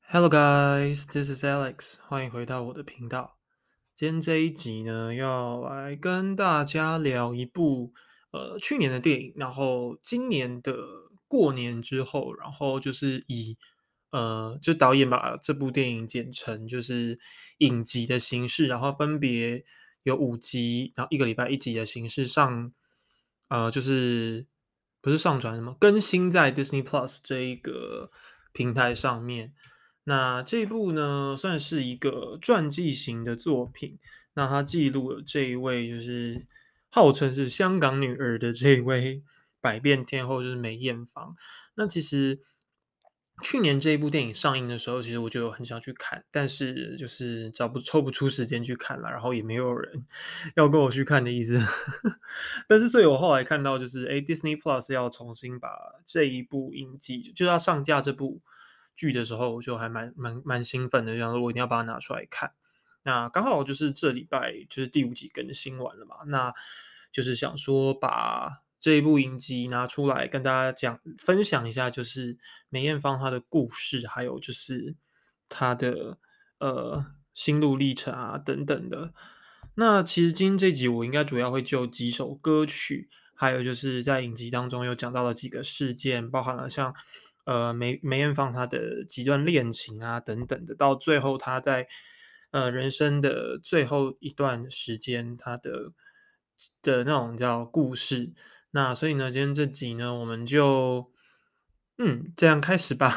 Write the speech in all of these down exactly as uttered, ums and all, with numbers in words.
Hello guys, this is Alex，欢迎回到我的频道。今天这一集呢，要来跟大家聊一部呃去年的电影，然后今年的过年之后，然后就是以呃就导演把这部电影剪成就是影集的形式，然后分别有五集，然后一个礼拜一集的形式上，呃就是不是上传什么更新在 Disney Plus 这一个平台上面。那这一部呢，算是一个传记型的作品。那它记录了这一位就是号称是香港女儿的这一位百变天后，就是梅艳芳。那其实去年这一部电影上映的时候，其实我就很想去看，但是就是找不抽不出时间去看了，然后也没有人要跟我去看的意思。但是，所以我后来看到就是，诶 Disney Plus 要重新把这一部影集，就要上架这部剧的时候，我就还蛮蛮蛮兴奋的，想说我一定要把它拿出来看。那刚好就是这礼拜就是第五集更新完了嘛，那就是想说把这一部影集拿出来跟大家讲分享一下，就是梅艳芳她的故事，还有就是她的呃心路历程啊等等的。那其实今天这集我应该主要会就几首歌曲，还有就是在影集当中有讲到了几个事件，包含了像呃梅梅艳芳她的几段恋情啊等等的，到最后她在呃人生的最后一段时间，她的的那种叫故事。那所以呢，今天这集呢，我们就嗯这样开始吧。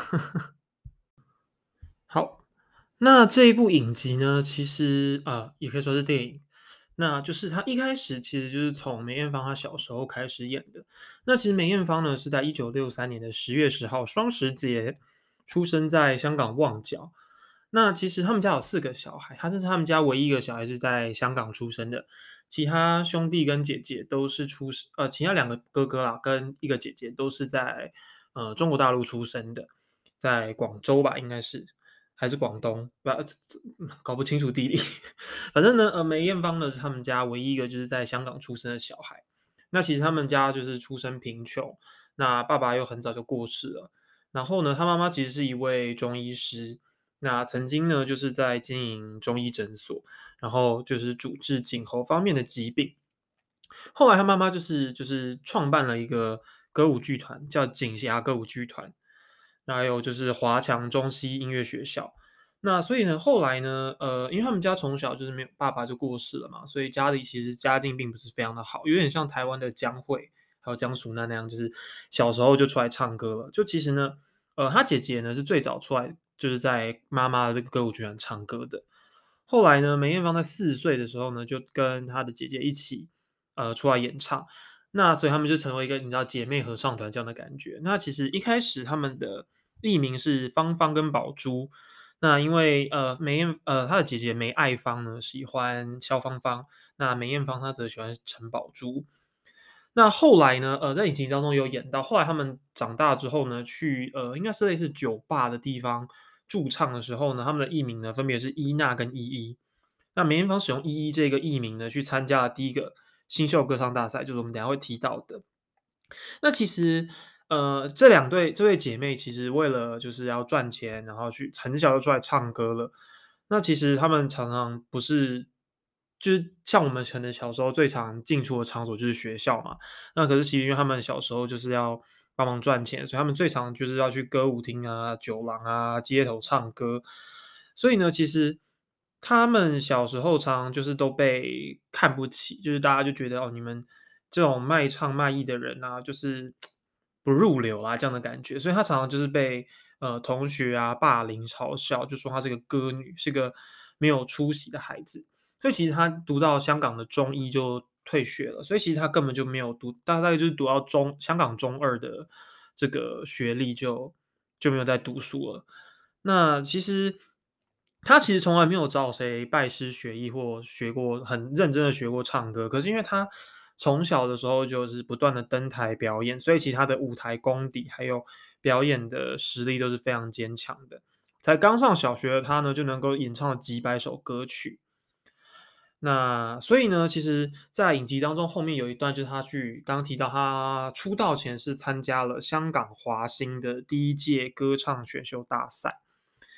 好，那这一部影集呢，其实呃也可以说是电影。那就是他一开始其实就是从梅艳芳她小时候开始演的。那其实梅艳芳呢是在一九六三年的十月十号双十节出生在香港旺角。那其实他们家有四个小孩，他是他们家唯一一个小孩是在香港出生的，其他兄弟跟姐姐都是出生呃，其他两个哥哥啦跟一个姐姐都是在呃中国大陆出生的，在广州吧应该是。还是广东，不，呃搞不清楚地理。反正呢，呃，梅艳芳呢是他们家唯一一个就是在香港出生的小孩。那其实他们家就是出身贫穷，那爸爸又很早就过世了。然后呢，他妈妈其实是一位中医师，那曾经呢就是在经营中医诊所，然后就是主治颈喉方面的疾病。后来他妈妈就是就是创办了一个歌舞剧团，叫锦霞歌舞剧团。那还有就是华强中西音乐学校。那所以呢，后来呢，呃，因为他们家从小就是没有爸爸就过世了嘛，所以家里其实家境并不是非常的好，有点像台湾的江蕙还有江淑娜那样，就是小时候就出来唱歌了。就其实呢，呃，他姐姐呢是最早出来就是在妈妈的这个歌舞剧团唱歌的。后来呢，梅艳芳在四岁的时候呢，就跟她的姐姐一起呃出来演唱。那所以他们就成为一个你知道姐妹合唱团这样的感觉。那其实一开始他们的艺名是芳芳跟宝珠。那因为呃梅艳呃她的姐姐梅爱芳呢喜欢萧芳芳，那梅艳芳她则喜欢陈宝珠。那后来呢，呃在影集当中有演到，后来他们长大之后呢，去呃应该是类似酒吧的地方驻唱的时候呢，他们的艺名呢分别是伊娜跟依依。那梅艳芳使用依依这个艺名呢，去参加了第一个新秀歌唱大赛，就是我们等一下会提到的。那其实，呃，这两对这对姐妹其实为了就是要赚钱，然后去很小就出来唱歌了。那其实她们常常不是就是像我们可能小时候最常进出的场所就是学校嘛。那可是其实因为他们小时候就是要帮忙赚钱，所以他们最常就是要去歌舞厅啊、酒廊啊、街头唱歌。所以呢，其实他们小时候常常就是都被看不起，就是大家就觉得哦，你们这种卖唱卖艺的人啊，就是不入流啊这样的感觉。所以他常常就是被呃同学啊霸凌嘲笑，就说她是个歌女，是个没有出息的孩子。所以其实他读到香港的中医就退学了，所以其实他根本就没有读，大概就是读到中香港中二的这个学历就就没有再读书了。那其实他其实从来没有找谁拜师学艺或学过很认真的学过唱歌，可是因为他从小的时候就是不断的登台表演，所以其实他的舞台功底还有表演的实力都是非常坚强的。才刚上小学的他呢，就能够演唱了几百首歌曲。那所以呢，其实在影集当中，后面有一段就是他去刚刚提到他出道前是参加了香港华星的第一届歌唱选秀大赛。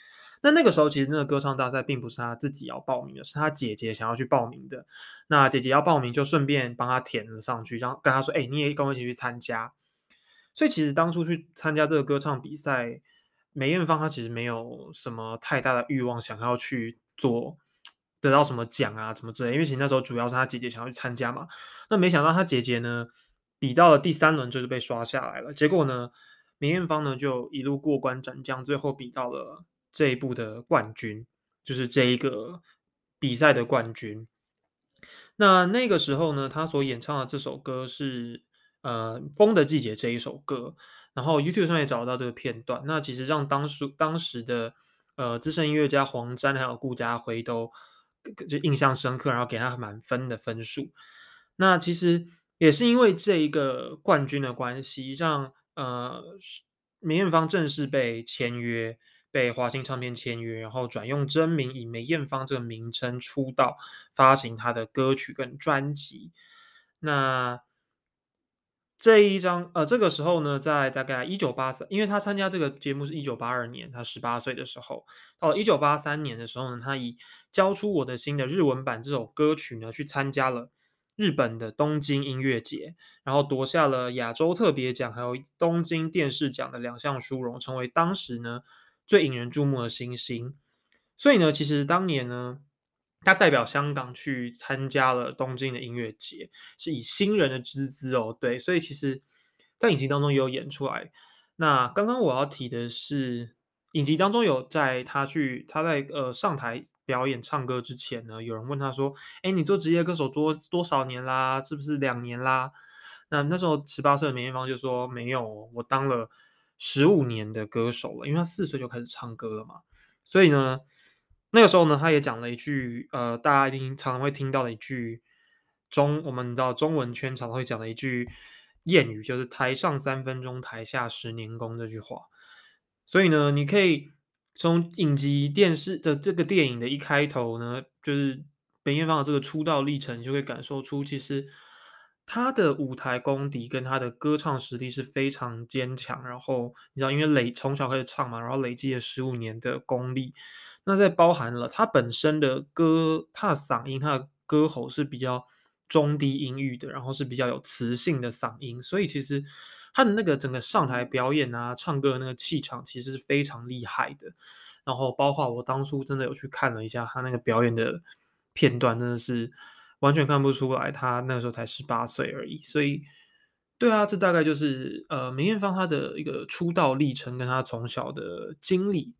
那那个时候其实那个歌唱大赛并不是他自己要报名的，是他姐姐想要去报名的。那姐姐要报名，就顺便帮他填了上去，然后跟他说：“哎、你也跟我一起去参加。”所以其实当初去参加这个歌唱比赛，梅艳芳她其实没有什么太大的欲望想要去做得到什么奖啊什么之类的，因为其实那时候主要是她姐姐想要去参加嘛。那没想到她姐姐呢，比到了第三轮就是被刷下来了。结果呢，梅艳芳呢就一路过关斩将，最后比到了这一部的冠军，就是这一个比赛的冠军。那那个时候呢，他所演唱的这首歌是呃《风的季节》这一首歌，然后 YouTube 上也找得到这个片段。那其实让当时当时的呃资深音乐家黄沾还有顾嘉辉都就印象深刻，然后给他满分的分数。那其实也是因为这一个冠军的关系，让呃梅艳芳正式被签约，被华星唱片签约，然后转用真名以梅艳芳这个名称出道，发行她的歌曲跟专辑。那这一张呃，这个时候呢，在大概一九八三，因为他参加这个节目是一九八二年，他十八岁的时候，到了一九八三年的时候呢，他以《交出我的心》的日文版这首歌曲呢，去参加了日本的东京音乐节，然后夺下了亚洲特别奖还有东京电视奖的两项殊荣，成为当时呢最引人注目的新星。所以呢，其实当年呢，他代表香港去参加了东京的音乐节，是以新人的之姿哦，对，所以其实，在影集当中也有演出来。那刚刚我要提的是，影集当中有在他去他在呃上台表演唱歌之前呢，有人问他说：“哎，你做职业歌手多多少年啦？是不是两年啦？”那那时候十八岁的梅艳芳就说：“没有，我当了十五年的歌手了，因为他四岁就开始唱歌了嘛。”所以呢，那个时候呢，他也讲了一句，呃，大家一定常常会听到的一句中，我们知道中文圈常常会讲的一句谚语，就是“台上三分钟，台下十年功”这句话。所以呢，你可以从影集电视的这个电影的一开头呢，就是梅艳芳的这个出道历程，你就会感受出其实她的舞台功底跟她的歌唱实力是非常坚强。然后你知道，因为累从小开始唱嘛，然后累积了十五年的功力，那在包含了她本身的歌，她的嗓音，她的歌喉是比较中低音域的，然后是比较有磁性的嗓音，所以其实她的那个整个上台表演啊，唱歌的那个气场其实是非常厉害的。然后包括我当初真的有去看了一下她那个表演的片段，真的是完全看不出来她那个时候才十八岁而已。所以对啊，这大概就是呃梅艳芳她的一个出道历程，跟她从小的经历。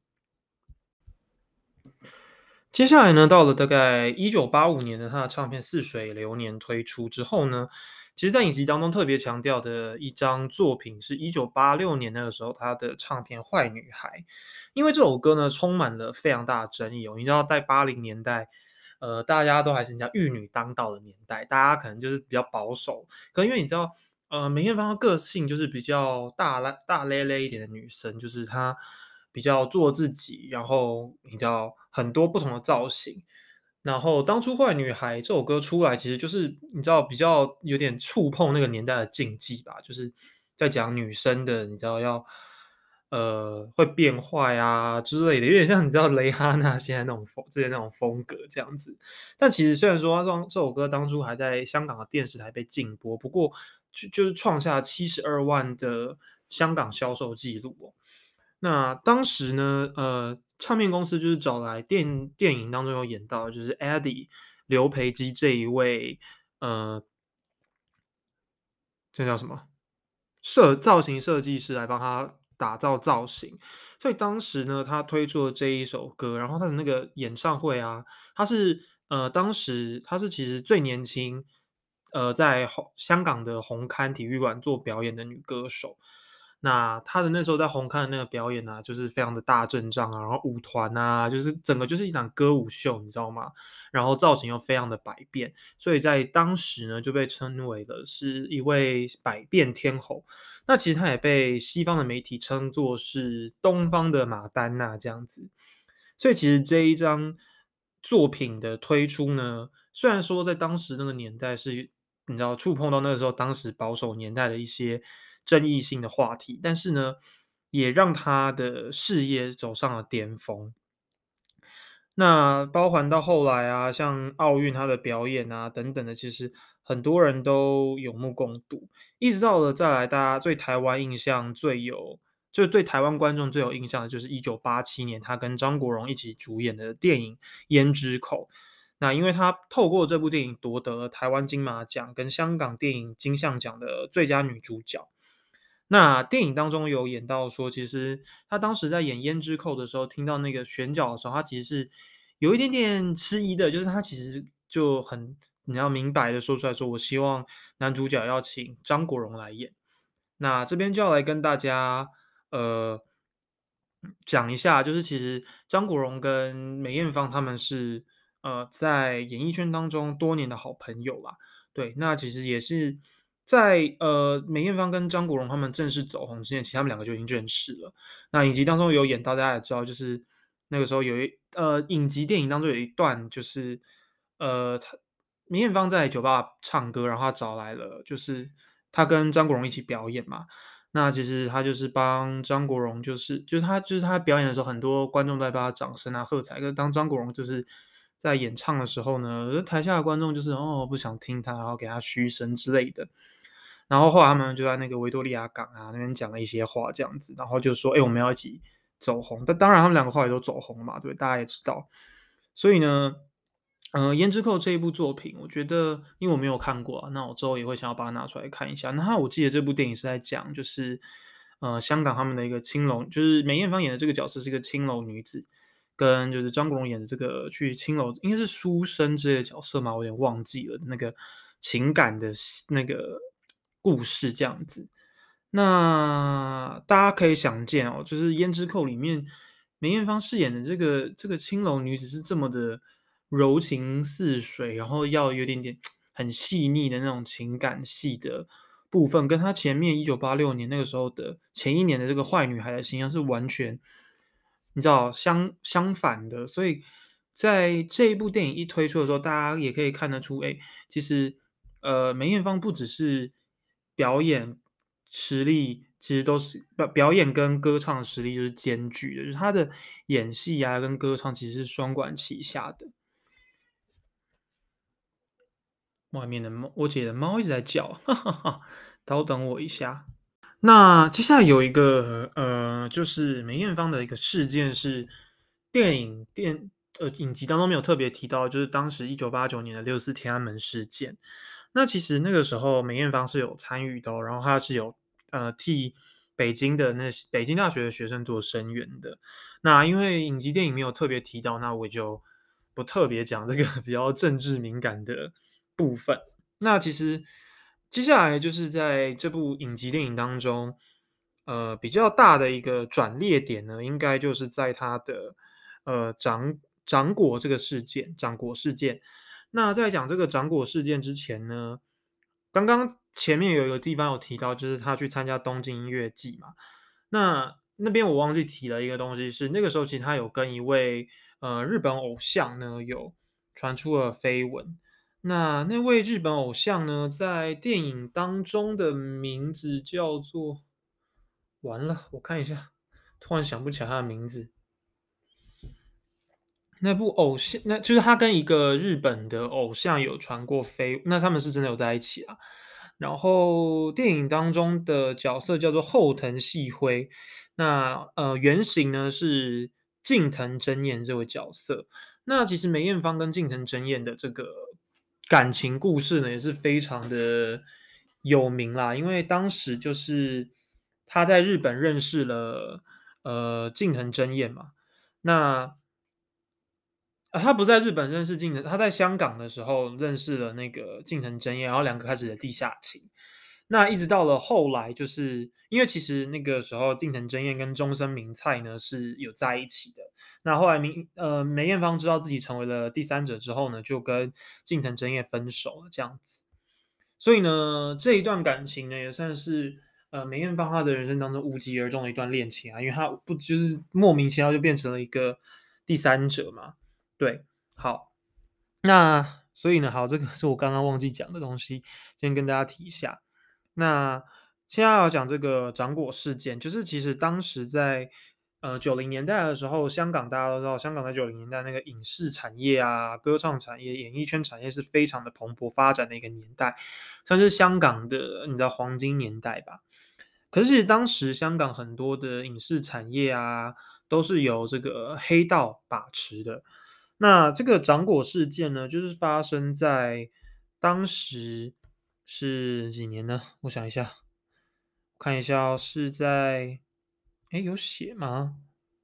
接下来呢，到了大概一九八五年的他的唱片《似水流年》推出之后呢，其实在影集当中特别强调的一张作品是一九八六年那个时候他的唱片《坏女孩》。因为这首歌呢，充满了非常大的争议哦。你知道在八零年代，呃，大家都还是人家玉女当道的年代，大家可能就是比较保守。可能因为你知道，呃，梅艳芳的个性就是比较大咧大咧咧一点的女生，就是她比较做自己，然后你知道很多不同的造型。然后当初《坏女孩》这首歌出来，其实就是你知道比较有点触碰那个年代的禁忌吧，就是在讲女生的，你知道要呃会变坏啊之类的，有点像你知道蕾哈娜现在那种风之前那种风格这样子。但其实虽然说这这首歌当初还在香港的电视台被禁播，不过就就是创下七十二万的香港销售记录哦。那当时呢，呃，唱片公司就是找来电电影当中有演到的就是 Eddie 刘培基这一位，呃，这叫什么？设造型设计师来帮他打造造型。所以当时呢，他推出了这一首歌，然后他的那个演唱会啊，他是呃，当时他是其实最年轻，呃，在红香港的红磡体育馆做表演的女歌手。那她的那时候在红磡的那个表演啊，就是非常的大阵仗啊，然后舞团啊，就是整个就是一场歌舞秀，你知道吗？然后造型又非常的百变，所以在当时呢，就被称为了是一位百变天后。那其实她也被西方的媒体称作是东方的马丹娜这样子。所以其实这一张作品的推出呢，虽然说在当时那个年代是你知道触碰到那个时候当时保守年代的一些争议性的话题，但是呢，也让他的事业走上了巅峰。 那包含到后来啊，像奥运他的表演啊等等的，其实很多人都有目共睹。一直到了再来，大家对台湾印象最有，就是对台湾观众最有印象的，就是一九八七年他跟张国荣一起主演的电影《胭脂扣》。那因为他透过这部电影夺得了台湾金马奖跟香港电影金像奖的最佳女主角。那电影当中有演到说，其实他当时在演胭脂扣的时候，听到那个选角的时候，他其实是有一点点迟疑的，就是他其实就很你要明白的说出来说，我希望男主角要请张国荣来演。那这边就要来跟大家呃讲一下，就是其实张国荣跟梅艳芳他们是呃在演艺圈当中多年的好朋友啦。对，那其实也是在呃梅艳芳跟张国荣他们正式走红之前，其实他们两个就已经认识了。那影集当中有演到，大家也知道，就是那个时候有一呃影集电影当中有一段，就是呃他梅艳芳在酒吧唱歌，然后他找来了，就是他跟张国荣一起表演嘛。那其实他就是帮张国荣，就是就是他就是他表演的时候，很多观众在帮他掌声啊、喝彩。可是当张国荣就是在演唱的时候呢，台下的观众就是哦不想听他，然后给他嘘声之类的。然后后来他们就在那个维多利亚港啊那边讲了一些话，这样子，然后就说：“哎、我们要一起走红。”但当然，他们两个后来都走红了嘛，对，大家也知道。所以呢，呃，《胭脂扣》这一部作品，我觉得因为我没有看过啊，那我之后也会想要把它拿出来看一下。那我记得这部电影是在讲，就是呃，香港他们的一个青楼，就是梅艳芳演的这个角色是一个青楼女子，跟就是张国荣演的这个去青楼，应该是书生之类的角色嘛，我有点忘记了那个情感的那个故事这样子。那大家可以想见哦，就是《胭脂扣》里面梅艳芳饰演的这个这个青楼女子是这么的柔情似水，然后要有点点很细腻的那种情感戏的部分，跟她前面一九八六年那个时候的前一年的这个坏女孩的形象是完全你知道相相反的。所以在这一部电影一推出的时候，大家也可以看得出，哎，其实呃梅艳芳不只是表演实力，其实都是表表演跟歌唱实力就是兼具的，就是她的演戏啊跟歌唱其实是双管齐下的。外面的猫，我姐的猫一直在叫，哈哈哈，稍等我一下。那接下来有一个呃，就是梅艳芳的一个事件是电影电呃影集当中没有特别提到，就是当时一九八九年的六四天安门事件。那其实那个时候梅艳芳是有参与的哦，然后她是有呃替北京的那些北京大学的学生做声援的。那因为影集电影没有特别提到，那我就不特别讲这个比较政治敏感的部分。那其实接下来就是在这部影集电影当中，呃，比较大的一个转捩点呢，应该就是在他的呃掌掌果这个事件，掌果事件。那在讲这个掌果事件之前呢，刚刚前面有一个地方有提到，就是他去参加东京音乐季嘛。那那边我忘记提了一个东西是，那个时候其实他有跟一位呃日本偶像呢有传出了绯闻。那那位日本偶像呢，在电影当中的名字叫做完了，我看一下，突然想不起来他的名字。那部偶像，那就是他跟一个日本的偶像有传过绯，那他们是真的有在一起啊。然后电影当中的角色叫做后藤细辉，那呃原型呢是近藤真彦这位角色。那其实梅艳芳跟近藤真彦的这个感情故事呢，也是非常的有名啦。因为当时就是他在日本认识了呃近藤真彦嘛。那啊，他不在日本认识近藤，他在香港的时候认识了那个近藤真彦，然后两个开始了地下情。那一直到了后来，就是因为其实那个时候近藤真彦跟中森明菜呢是有在一起的。那后来明呃梅艳芳知道自己成为了第三者之后呢，就跟近藤真彦分手了这样子。所以呢，这一段感情呢也算是呃梅艳芳她的人生当中无疾而终的一段恋情啊，因为她不就是莫名其妙就变成了一个第三者嘛。对，好，那所以呢，好，这个是我刚刚忘记讲的东西，先跟大家提一下。那现在要讲这个掌果事件，就是其实当时在呃九零年代的时候，香港大家都知道，香港在九零年代那个影视产业啊、歌唱产业、演艺圈产业是非常的蓬勃发展的一个年代，算是香港的你知道黄金年代吧。可是其实当时香港很多的影视产业啊，都是由这个黑道把持的。那这个掌果事件呢，就是发生在当时是几年呢？我想一下，看一下哦，是在诶，有写吗？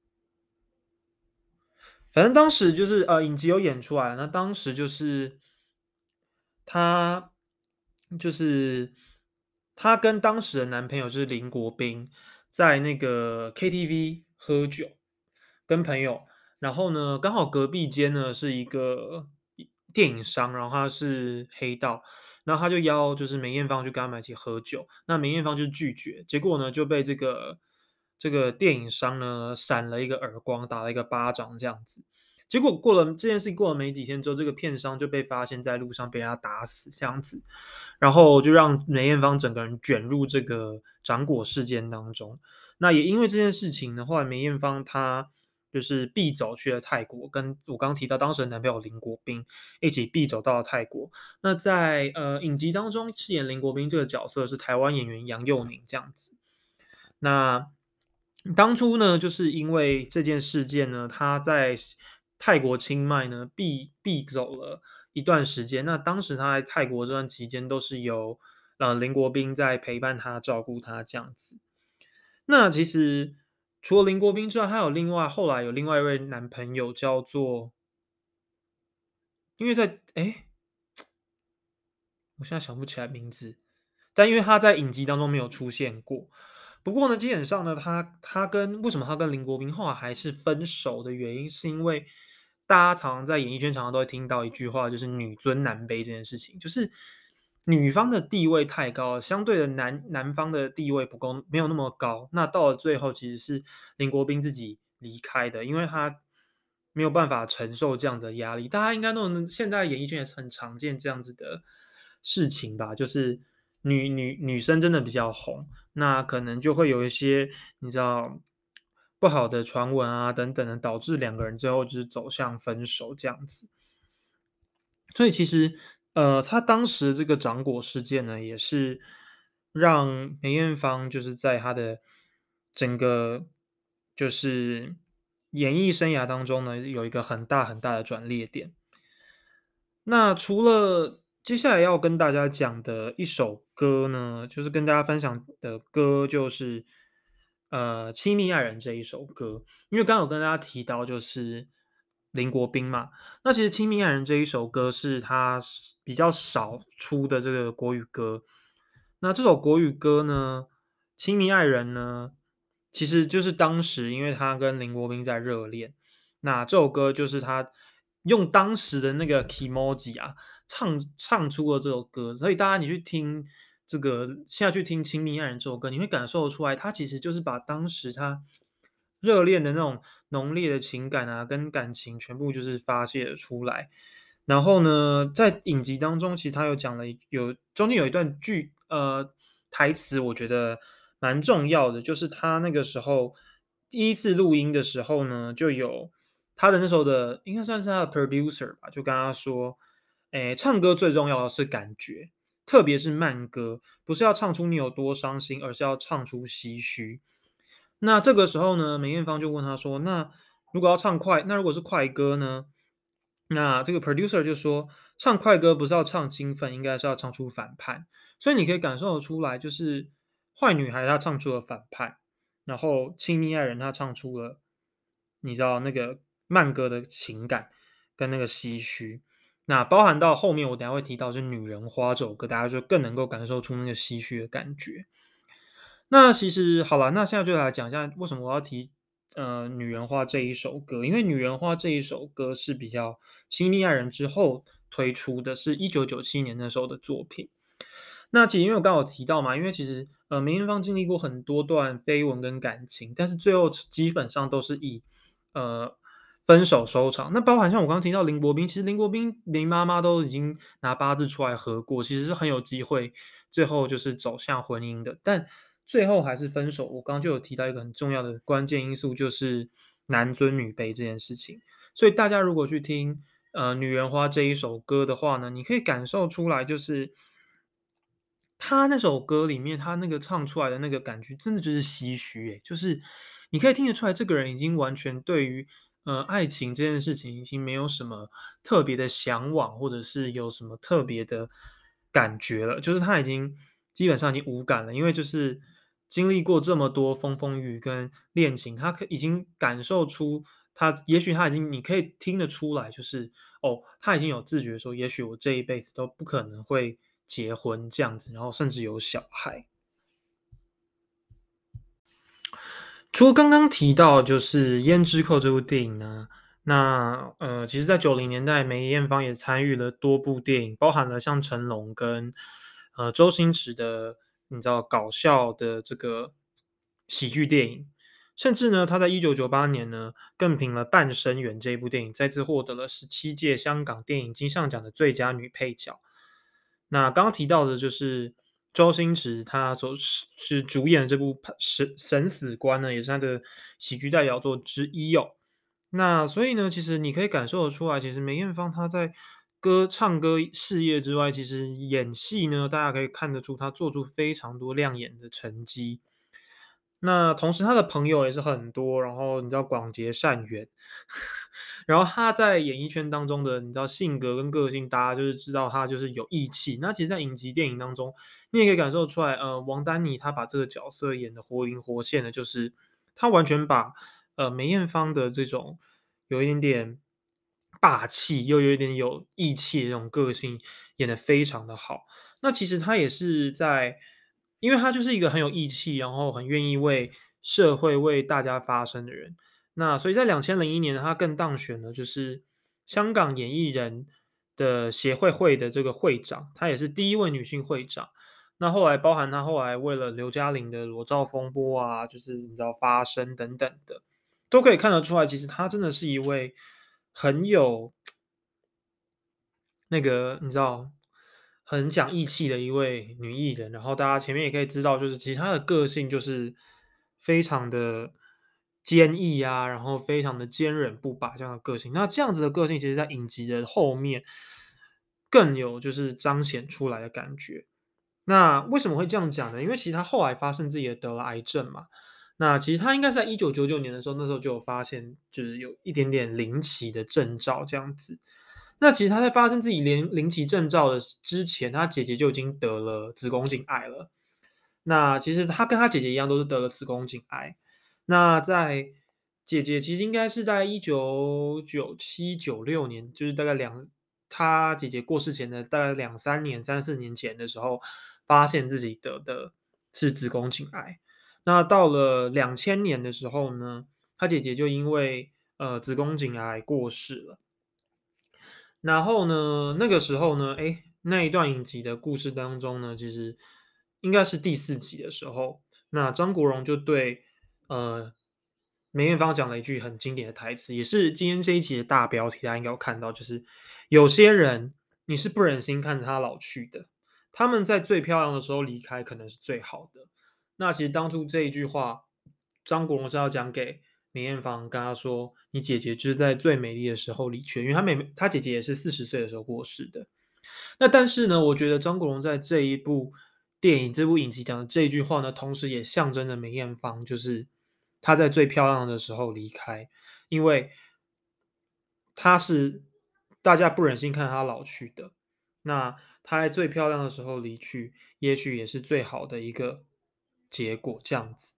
反正当时就是呃，影集有演出来，那当时就是她就是她跟当时的男朋友就是林国斌，在那个 K T V 喝酒，跟朋友，然后呢，刚好隔壁间呢是一个一电影商，然后他是黑道，然后他就邀就是梅艳芳去跟他们一起喝酒，那梅艳芳就拒绝，结果呢就被这个这个电影商呢闪了一个耳光，打了一个巴掌这样子。结果过了这件事情过了没几天之后，这个片商就被发现在路上被他打死这样子，然后就让梅艳芳整个人卷入这个掌果事件当中。那也因为这件事情呢，后来梅艳芳她就是避走去了泰国，跟我刚刚提到当时的男朋友林国斌一起避走到了泰国。那在呃影集当中饰演林国斌这个角色是台湾演员杨佑宁这样子。那当初呢，就是因为这件事件呢，他在泰国清迈呢避避走了一段时间。那当时他在泰国这段期间，都是由呃林国斌在陪伴他、照顾他这样子。那其实除了林国斌之外，还有另外后来有另外一位男朋友叫做，因为在诶，我现在想不起来名字，但因为他在影集当中没有出现过。不过呢，基本上呢，他他跟为什么他跟林国斌后来还是分手的原因，是因为大家常常在演艺圈常常都会听到一句话，就是女尊男卑这件事情，就是女方的地位太高了，相对的男男方的地位不够，没有那么高。那到了最后，其实是林国斌自己离开的，因为他没有办法承受这样子的压力。大家应该都能，现在演艺圈也是很常见这样子的事情吧，就是女女女生真的比较红，那可能就会有一些你知道不好的传闻啊等等的，导致两个人最后就是走向分手这样子。所以其实，呃，他当时这个掌果事件呢，也是让梅艳芳就是在她的整个就是演艺生涯当中呢，有一个很大很大的转捩点。那除了接下来要跟大家讲的一首歌呢，就是跟大家分享的歌就是呃《亲密爱人》这一首歌，因为刚刚有跟大家提到就是林国斌嘛，那其实《亲密爱人》这一首歌是他比较少出的这个国语歌。那这首国语歌呢，《亲密爱人》呢，其实就是当时因为他跟林国斌在热恋，那这首歌就是他用当时的那个 Kimoji 啊，唱唱出了这首歌，所以大家你去听这个，现在去听《亲密爱人》这首歌，你会感受得出来，他其实就是把当时他热恋的那种浓烈的情感啊，跟感情全部就是发泄了出来。然后呢，在影集当中，其实他有讲了一有中间有一段剧呃台词，我觉得蛮重要的，就是他那个时候第一次录音的时候呢，就有他的那时候的应该算是他的 producer 吧，就跟他说，诶，唱歌最重要的是感觉，特别是慢歌，不是要唱出你有多伤心，而是要唱出唏嘘。那这个时候呢，梅艳芳就问他说：“那如果要唱快，那如果是快歌呢？”那这个 producer 就说：“唱快歌不是要唱兴奋，应该是要唱出反叛。”所以你可以感受得出来，就是坏女孩她唱出了反叛，然后亲密爱人她唱出了你知道那个慢歌的情感跟那个唏嘘。那包含到后面，我等一下会提到是《女人花》这首歌，大家就更能够感受出那个唏嘘的感觉。那其实好了，那现在就来讲一下为什么我要提呃《女人花》这一首歌，因为《女人花》这一首歌是比较亲密爱人之后推出的，是一九九七年那时候的作品。那其实因为我刚好提到嘛，因为其实呃梅艳芳经历过很多段绯闻跟感情，但是最后基本上都是以呃分手收场。那包含像我刚刚提到林国斌，其实林国斌林妈妈都已经拿八字出来合过，其实是很有机会最后就是走向婚姻的，但最后还是分手。我刚刚就有提到一个很重要的关键因素，就是男尊女卑这件事情。所以大家如果去听呃《女人花》这一首歌的话呢，你可以感受出来，就是他那首歌里面，他那个唱出来的那个感觉，真的就是唏嘘诶，就是你可以听得出来，这个人已经完全对于呃爱情这件事情，已经没有什么特别的向往，或者是有什么特别的感觉了，就是他已经基本上已经无感了，因为就是经历过这么多风风雨雨跟恋情，他可已经感受出他，也许他已经你可以听得出来，就是哦，他已经有自觉说，也许我这一辈子都不可能会结婚这样子，然后甚至有小孩。除了刚刚提到就是《胭脂扣》这部电影呢，那呃，其实在九零年代，梅艳芳也参与了多部电影，包含了像成龙跟呃周星驰的，你知道搞笑的这个喜剧电影，甚至呢，她在一九九八年呢，更凭了《半生缘》这一部电影，再次获得了十七届香港电影金像奖的最佳女配角。那刚刚提到的就是周星驰他所是是主演的这部神神死关呢，也是他的喜剧代表作之一哦。那所以呢，其实你可以感受得出来，其实梅艳芳她在歌唱歌事业之外，其实演戏呢，大家可以看得出她做出非常多亮眼的成绩。那同时他的朋友也是很多，然后你知道广结善缘，然后他在演艺圈当中的你知道性格跟个性，大家就是知道他就是有义气。那其实，在影集电影当中，你也可以感受出来，呃，王丹妮她把这个角色演的活灵活现的，就是她完全把呃梅艳芳的这种有一点点霸气，又有一点有义气的这种个性演得非常的好。那其实他也是在因为他就是一个很有义气，然后很愿意为社会、为大家发声的人。那所以在两千零一年呢，他更当选了就是香港演艺人的协会会的这个会长，她也是第一位女性会长。那后来包含她后来为了刘嘉玲的裸照风波啊，就是你知道发声等等的，都可以看得出来，其实她真的是一位很有那个你知道，很讲义气的一位女艺人。然后大家前面也可以知道，就是其实她的个性就是非常的坚毅啊，然后非常的坚韧不拔这样的个性。那这样子的个性，其实在影集的后面更有就是彰显出来的感觉。那为什么会这样讲呢？因为其实她后来发现自己也得了癌症嘛。那其实她应该是在一九九九年的时候，那时候就有发现，就是有一点点临期的征兆这样子。那其实他在发生自己临临期症兆的之前，他姐姐就已经得了子宫颈癌了。那其实他跟他姐姐一样，都是得了子宫颈癌。那在姐姐其实应该是在一九九七、九六年，就是大概两他姐姐过世前的大概两三年、三四年前的时候，发现自己得的是子宫颈癌。那到了两千年的时候呢，他姐姐就因为呃子宫颈癌过世了。然后呢，那个时候呢，诶，那一段影集的故事当中呢，其实应该是第四集的时候，那张国荣就对呃梅艳芳讲了一句很经典的台词，也是今天这一集的大标题，大家应该有看到，就是有些人你是不忍心看着他老去的，他们在最漂亮的时候离开，可能是最好的。那其实当初这一句话，张国荣是要讲给梅艳芳，跟她说：“你姐姐就是在最美丽的时候离去。”因为她妹她姐姐也是四十岁的时候过世的。那但是呢，我觉得张国荣在这一部电影、这部影集讲的这一句话呢，同时也象征着梅艳芳，就是她在最漂亮的时候离开，因为她是大家不忍心看她老去的。那她在最漂亮的时候离去，也许也是最好的一个结果，这样子。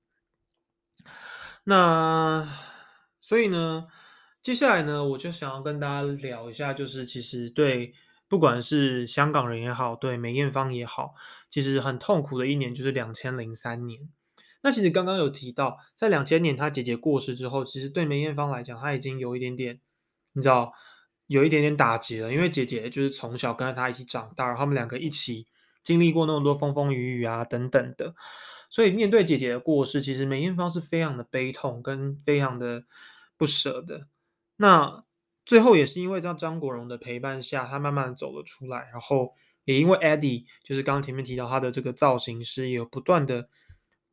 那所以呢，接下来呢，我就想要跟大家聊一下，就是其实对不管是香港人也好，对梅艳芳也好，其实很痛苦的一年就是两千零三年。那其实刚刚有提到，在两千年她姐姐过世之后，其实对梅艳芳来讲，她已经有一点点，你知道，有一点点打击了，因为姐姐就是从小跟着她一起长大，然后他们两个一起经历过那么多风风雨雨啊等等的。所以面对姐姐的过世，其实梅艳芳是非常的悲痛跟非常的不舍的。那最后也是因为在张国荣的陪伴下，她慢慢走了出来，然后也因为 Eddie 就是刚刚前面提到他的这个造型师，也有不断的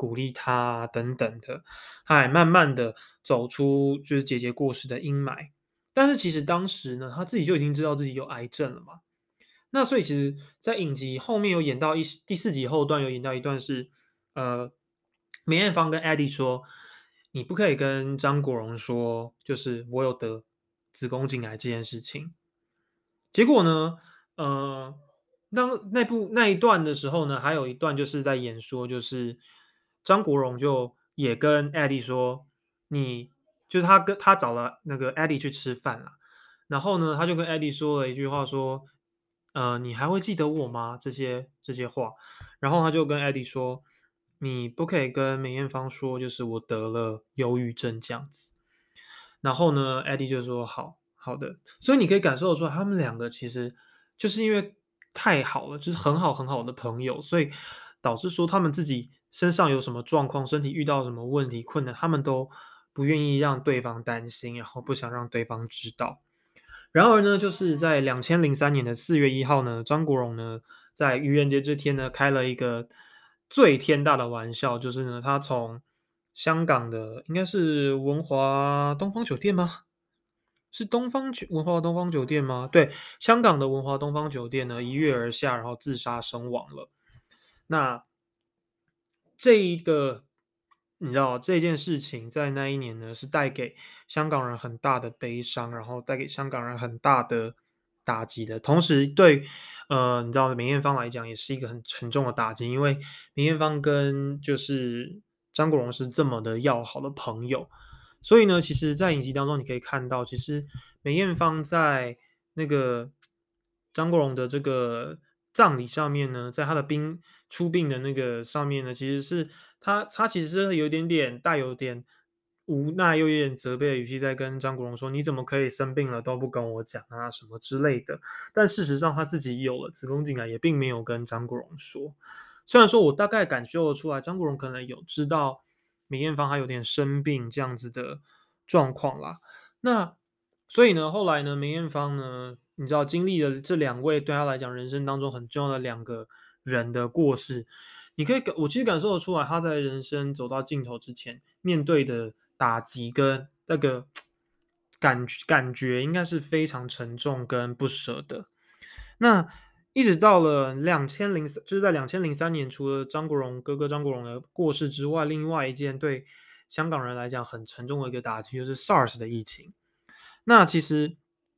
鼓励他等等的，他还慢慢的走出就是姐姐过世的阴霾。但是其实当时呢，他自己就已经知道自己有癌症了嘛。那所以其实在影集后面有演到一第四集后段有演到一段是，呃，梅艳芳跟 Eddie 说：“你不可以跟张国荣说，就是我有得子宫颈癌这件事情。”结果呢，呃，当那部那一段的时候呢，还有一段就是在演说，就是张国荣就也跟 Eddie 说，你就是他跟他找了那个 Eddie 去吃饭了，然后呢，他就跟 Eddie 说了一句话说，呃，你还会记得我吗？这些这些话，然后他就跟 Eddie 说，你不可以跟梅艳芳说，就是我得了忧郁症这样子。然后呢，Eddie 就说好好的，所以你可以感受得出来，他们两个其实就是因为太好了，就是很好很好的朋友，所以导致说他们自己身上有什么状况，身体遇到什么问题困难，他们都不愿意让对方担心，然后不想让对方知道。然而呢，就是在两千零三年的四月一号呢，张国荣呢在愚人节这天呢开了一个最天大的玩笑，就是呢他从香港的应该是文华东方酒店吗？是东方酒文华东方酒店吗？对，香港的文华东方酒店呢一跃而下，然后自杀身亡了。那这一个你知道这件事情在那一年呢，是带给香港人很大的悲伤，然后带给香港人很大的打击的。同时对，呃，你知道梅艳芳来讲也是一个很沉重的打击，因为梅艳芳跟就是张国荣是这么的要好的朋友，所以呢，其实，在影集当中你可以看到，其实梅艳芳在那个张国荣的这个葬礼上面呢，在他的殡出殡的那个上面呢，其实是他他其实是有一点点带有点无奈又有点责备的语气，在跟张国荣说：“你怎么可以生病了都不跟我讲啊，什么之类的。”但事实上他自己有了子宫颈癌，也并没有跟张国荣说。虽然说我大概感受得出来，张国荣可能有知道梅艳芳她有点生病这样子的状况啦。那所以呢，后来呢，梅艳芳呢，你知道经历了这两位对她来讲人生当中很重要的两个人的过世，你可以感我其实感受得出来，她在人生走到尽头之前，面对的打击跟那个感感觉应该是非常沉重跟不舍的。那一直到了两千零就是在两千零三年，除了张国荣哥哥张国荣的过世之外，另外一件对香港人来讲很沉重的一个打击，就是 SARS 的疫情。那其实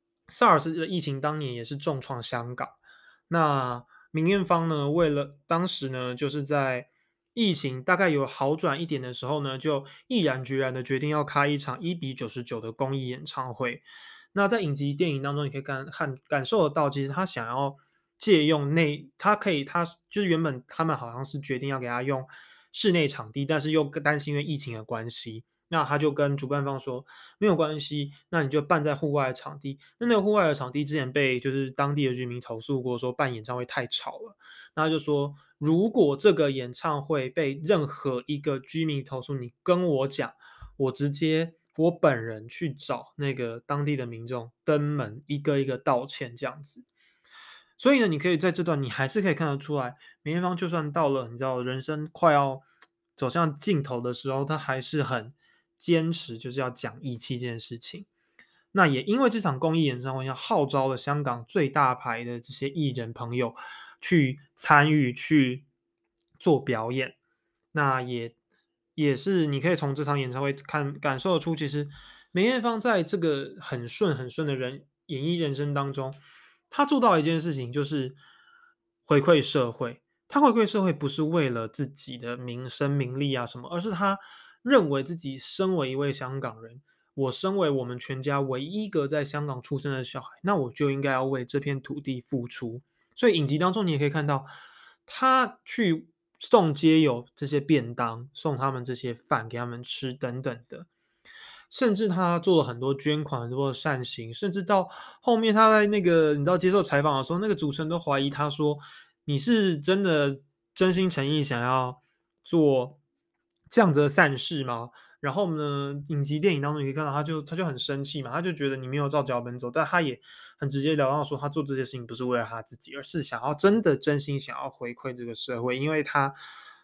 SARS 的疫情当年也是重创香港。那梅艳芳呢，为了当时呢，就是在疫情大概有好转一点的时候呢，就毅然决然的决定要开一场一比九十九的公益演唱会。那在影集电影当中，你可以感看感受得到，其实他想要借用内，他可以，他就是原本他们好像是决定要给他用室内场地，但是又担心因为疫情的关系，那他就跟主办方说没有关系，那你就办在户外的场地。那那个户外的场地之前被就是当地的居民投诉过，说办演唱会太吵了。那他就说，如果这个演唱会被任何一个居民投诉，你跟我讲，我直接我本人去找那个当地的民众登门一个一个道歉这样子。所以呢，你可以在这段你还是可以看得出来，梅艳芳就算到了你知道人生快要走向尽头的时候，她还是很坚持，就是要讲义气这件事情。那也因为这场公益演唱会，要号召了香港最大牌的这些艺人朋友去参与去做表演。那也也是你可以从这场演唱会看感受得出，其实梅艳芳在这个很顺很顺的人演艺人生当中，她做到一件事情，就是回馈社会。她回馈社会不是为了自己的名声名利啊什么，而是她认为自己身为一位香港人，我身为我们全家唯一一个在香港出生的小孩，那我就应该要为这片土地付出。所以影集当中你也可以看到，他去送街友这些便当，送他们这些饭给他们吃等等的，甚至他做了很多捐款、很多的善行，甚至到后面他在那个你知道接受采访的时候，那个主持人都怀疑他说：“你是真的真心诚意想要做这样子的善事吗？”然后呢，影集电影当中你可以看到，他就他就很生气嘛，他就觉得你没有照脚本走，但他也很直截了当地说，他做这些事情不是为了他自己，而是想要真的真心想要回馈这个社会，因为他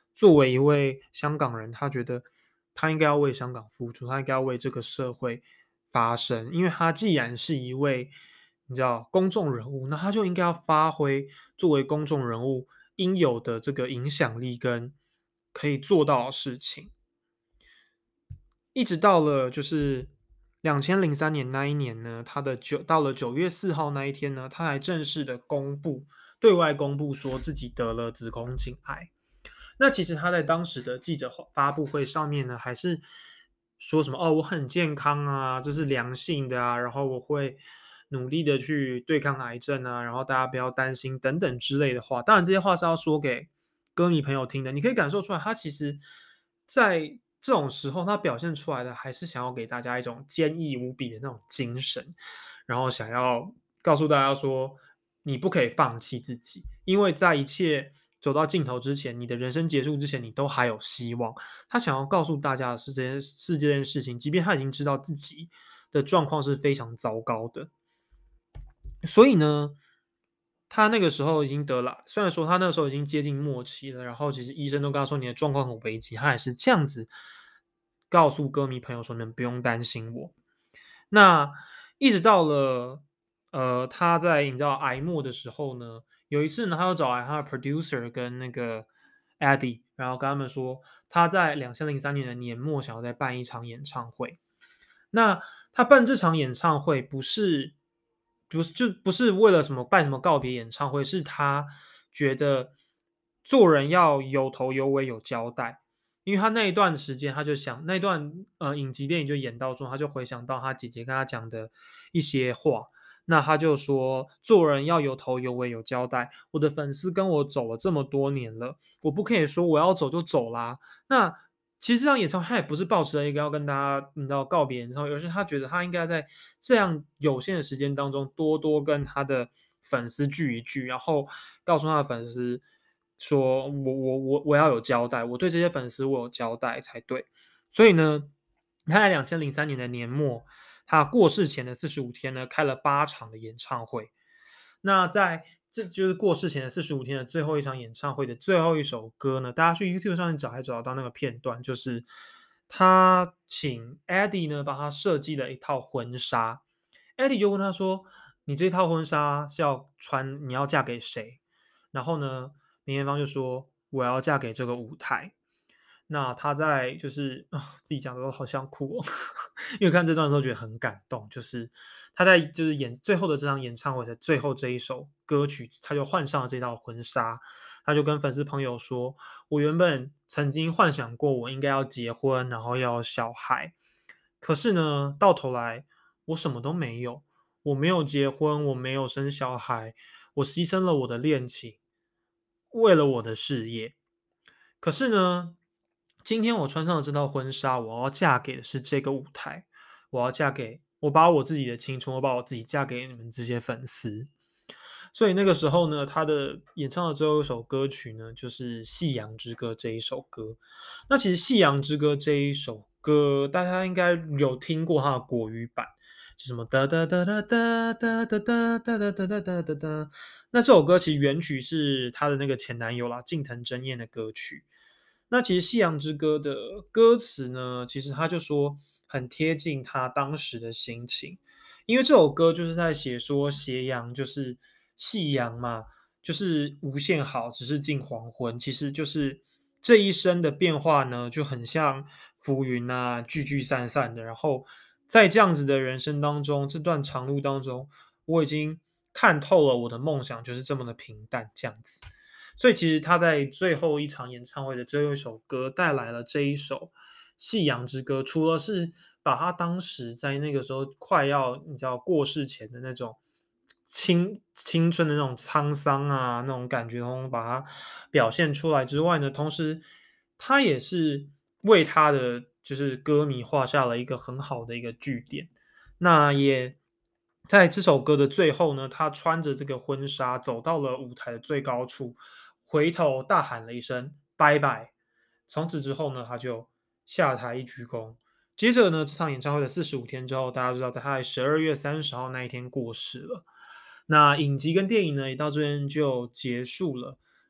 作为一位香港人，他觉得他应该要为香港付出，他应该要为这个社会发声，因为他既然是一位你知道公众人物，那他就应该要发挥作为公众人物应有的这个影响力跟可以做到的事情。一直到了就是两千零三年那一年呢，他的九到了九月四号那一天呢，他还正式的公布对外公布说自己得了子宫颈癌。那其实他在当时的记者发布会上面呢，还是说什么哦，我很健康啊，这是良性的啊，然后我会努力的去对抗癌症啊，然后大家不要担心等等之类的话。当然，这些话是要说给歌迷朋友听的，你可以感受出来，他其实在这种时候，他表现出来的还是想要给大家一种坚毅无比的那种精神，然后想要告诉大家说，你不可以放弃自己，因为在一切走到尽头之前，你的人生结束之前，你都还有希望。他想要告诉大家的是这件是这件事情，即便他已经知道自己的状况是非常糟糕的，所以呢，他那个时候已经得了，虽然说他那个时候已经接近末期了，然后其实医生都跟他说你的状况很危急，他还是这样子告诉歌迷朋友说："你们不用担心我。"那一直到了呃他在你知道癌末的时候呢，有一次呢，他又找来他的 producer 跟那个 Eddie，然后跟他们说他在两千零三年的年末想要再办一场演唱会。那他办这场演唱会不是不是就不是为了什么办什么告别演唱会，是他觉得做人要有头有尾有交代。因为他那一段时间，他就想那段呃影集电影就演到说，他就回想到他姐姐跟他讲的一些话，那他就说做人要有头有尾有交代。我的粉丝跟我走了这么多年了，我不可以说我要走就走啦。那其实这场演唱会他也不是抱持了一个要跟大家你知道告别演唱会，而是他觉得他应该在这样有限的时间当中，多多跟他的粉丝聚一聚，然后告诉他的粉丝说我我我我要有交代，我对这些粉丝我有交代才对。所以呢，他在两千零三年的年末，他过世前的四十五天呢，开了八场的演唱会。那在这就是过世前的四十五天的最后一场演唱会的最后一首歌呢，大家去 YouTube 上面找还找得到那个片段，就是他请 Eddie 呢帮他设计了一套婚纱。Eddie 就问他说："你这套婚纱是要穿，你要嫁给谁？"然后呢，梅艳芳就说："我要嫁给这个舞台。"那他在就是啊、自己讲的都好想哭哦，因为看这段的时候觉得很感动。就是他在就是演最后的这场演唱会的最后这一首歌曲，他就换上了这套婚纱，他就跟粉丝朋友说："我原本曾经幻想过我应该要结婚，然后要有小孩，可是呢，到头来我什么都没有，我没有结婚，我没有生小孩，我牺牲了我的恋情，为了我的事业。可是呢，今天我穿上了这套婚纱，我要嫁给的是这个舞台，我要嫁给我把我自己的青春，我把我自己嫁给你们这些粉丝。"所以那个时候呢，他的演唱的最后一首歌曲呢，就是《夕阳之歌》这一首歌。那其实《夕阳之歌》这一首歌，大家应该有听过它的国语版，就什么哒哒哒哒哒哒哒哒哒哒哒哒哒哒哒。那这首歌其实原曲是她的那个前男友啦，近藤真彦的歌曲。那其实《夕阳之歌》的歌词呢，其实他就说很贴近他当时的心情，因为这首歌就是在写说斜阳就是夕阳嘛，就是无限好，只是近黄昏，其实就是这一生的变化呢，就很像浮云啊，聚聚散散的。然后在这样子的人生当中，这段长路当中，我已经看透了我的梦想就是这么的平淡，这样子。所以其实他在最后一场演唱会的最后一首歌带来了这一首《夕阳之歌》，除了是把他当时在那个时候快要你知道过世前的那种青青春的那种沧桑啊，那种感觉，然后把它表现出来之外呢，同时他也是为他的就是歌迷画下了一个很好的一个句点。那也在这首歌的最后呢，他穿着这个婚纱走到了舞台的最高处，回头大喊了一声“拜拜”。从此之后呢，他就下台一鞠躬。接着呢，这场演唱会的四十五天之后，大家知道，在他在十二月三十号那一天过世了。那影集跟电影呢，也到这边就结束了。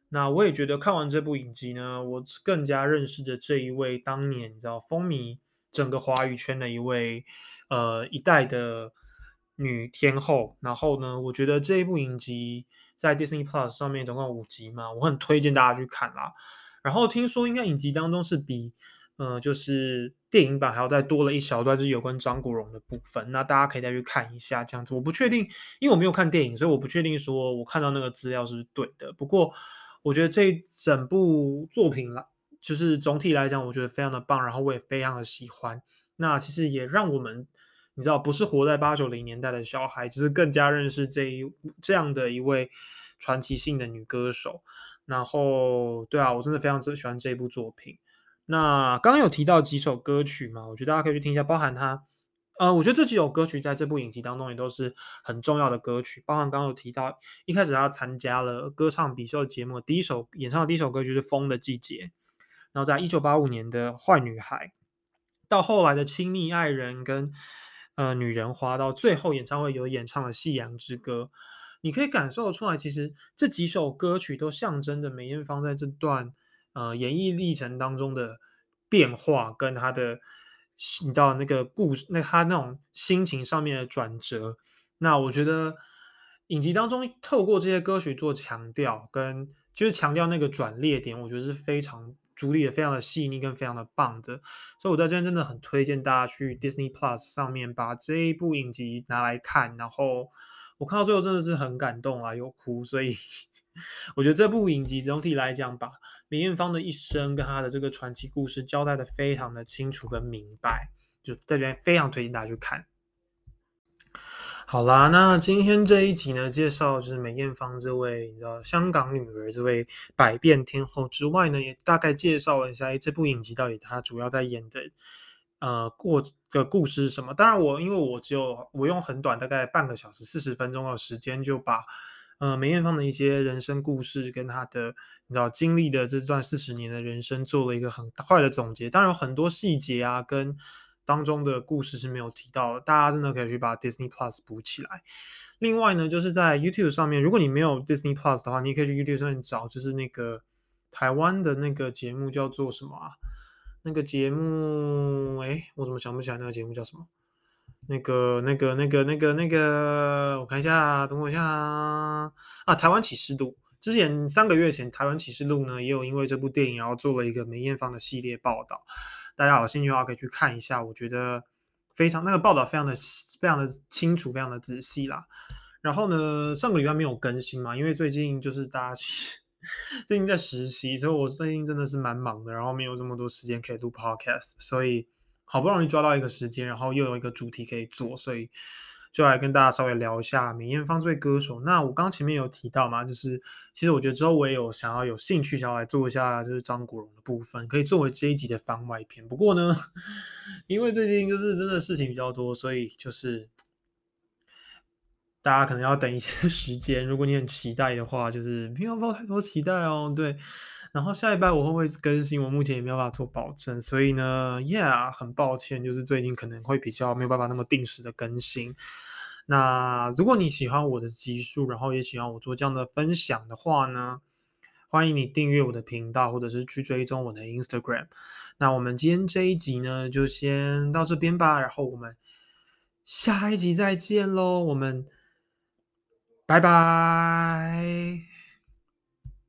那我也觉得看完这部影集呢，我更加认识着这一位当年你知道风靡整个华语圈的一位呃一代的女天后。然后呢，我觉得这一部影集在 Disney Plus 上面总共有五集嘛，我很推荐大家去看啦。然后听说应该影集当中是比呃，就是电影版还要再多了一小段，就是有关张国荣的部分，那大家可以再去看一下这样子。我不确定，因为我没有看电影，所以我不确定说我看到那个资料是不是对的。不过我觉得这一整部作品啦，就是总体来讲，我觉得非常的棒，然后我也非常的喜欢。那其实也让我们你知道，不是活在八九零年代的小孩，就是更加认识这一这样的一位传奇性的女歌手。然后，对啊，我真的非常喜欢这部作品。那刚刚有提到几首歌曲嘛，我觉得大家可以去听一下，包含它，呃，我觉得这几首歌曲在这部影集当中也都是很重要的歌曲，包含刚刚有提到，一开始他参加了歌唱比秀节目，第一首演唱的第一首歌曲是《风的季节》，然后在一九八五年的《坏女孩》，到后来的《亲密爱人》跟呃《女人花》，到最后演唱会有演唱的《夕阳之歌》，你可以感受得出来，其实这几首歌曲都象征着梅艳芳在这段呃演艺历程当中的变化，跟她的你知道那个故事，那她那种心情上面的转折。那我觉得影集当中透过这些歌曲做强调，跟就是强调那个转捩点，我觉得是非常处理的非常的细腻跟非常的棒的。所以我在这边真的很推荐大家去 Disney Plus 上面把这一部影集拿来看，然后我看到最后真的是很感动啊，有哭。所以我觉得这部影集总体来讲，把梅艳芳的一生跟她的这个传奇故事交代的非常的清楚跟明白，就在这边非常推荐大家去看。好啦，那今天这一集呢，介绍就是梅艳芳这位你知道香港女儿这位百变天后之外呢，也大概介绍了一下，诶这部影集到底她主要在演的呃过的故事是什么。当然我因为我只有我用很短大概半个小时四十分钟的时间就把呃梅艳芳的一些人生故事跟她的你知道经历的这段四十年的人生做了一个很快的总结。当然有很多细节啊跟当中的故事是没有提到的，大家真的可以去把 Disney Plus 补起来。另外呢，就是在 YouTube 上面，如果你没有 Disney Plus 的话，你也可以去 YouTube 上面找，就是那个台湾的那个节目叫做什么啊？那个节目，哎，我怎么想不起来那个节目叫什么？那个、那个、那个、那个、那个，我看一下，等我一下啊！啊，台湾启示录。之前三个月前，台湾启示录呢也有因为这部电影，然后做了一个梅艳芳的系列报道。大家有兴趣的话可以去看一下，我觉得非常那个报道非常的非常的清楚，非常的仔细啦。然后呢，上个礼拜没有更新嘛，因为最近就是大家最近在实习，所以我最近真的是蛮忙的，然后没有这么多时间可以录 podcast，所以好不容易抓到一个时间，然后又有一个主题可以做，所以就来跟大家稍微聊一下梅艳芳这位歌手。那我刚刚前面有提到嘛，就是其实我觉得之后我也有想要有兴趣想要来做一下就是张国荣的部分，可以作为这一集的番外篇。不过呢，因为最近就是真的事情比较多，所以就是大家可能要等一些时间，如果你很期待的话，就是不要抱太多期待哦。对，然后下礼拜我会不会更新，我目前也没有办法做保证，所以呢，Yeah，很抱歉，就是最近可能会比较没有办法那么定时的更新。那如果你喜欢我的集数，然后也喜欢我做这样的分享的话呢，欢迎你订阅我的频道，或者是去追踪我的 Instagram。那我们今天这一集呢，就先到这边吧，然后我们下一集再见喽，我们拜拜。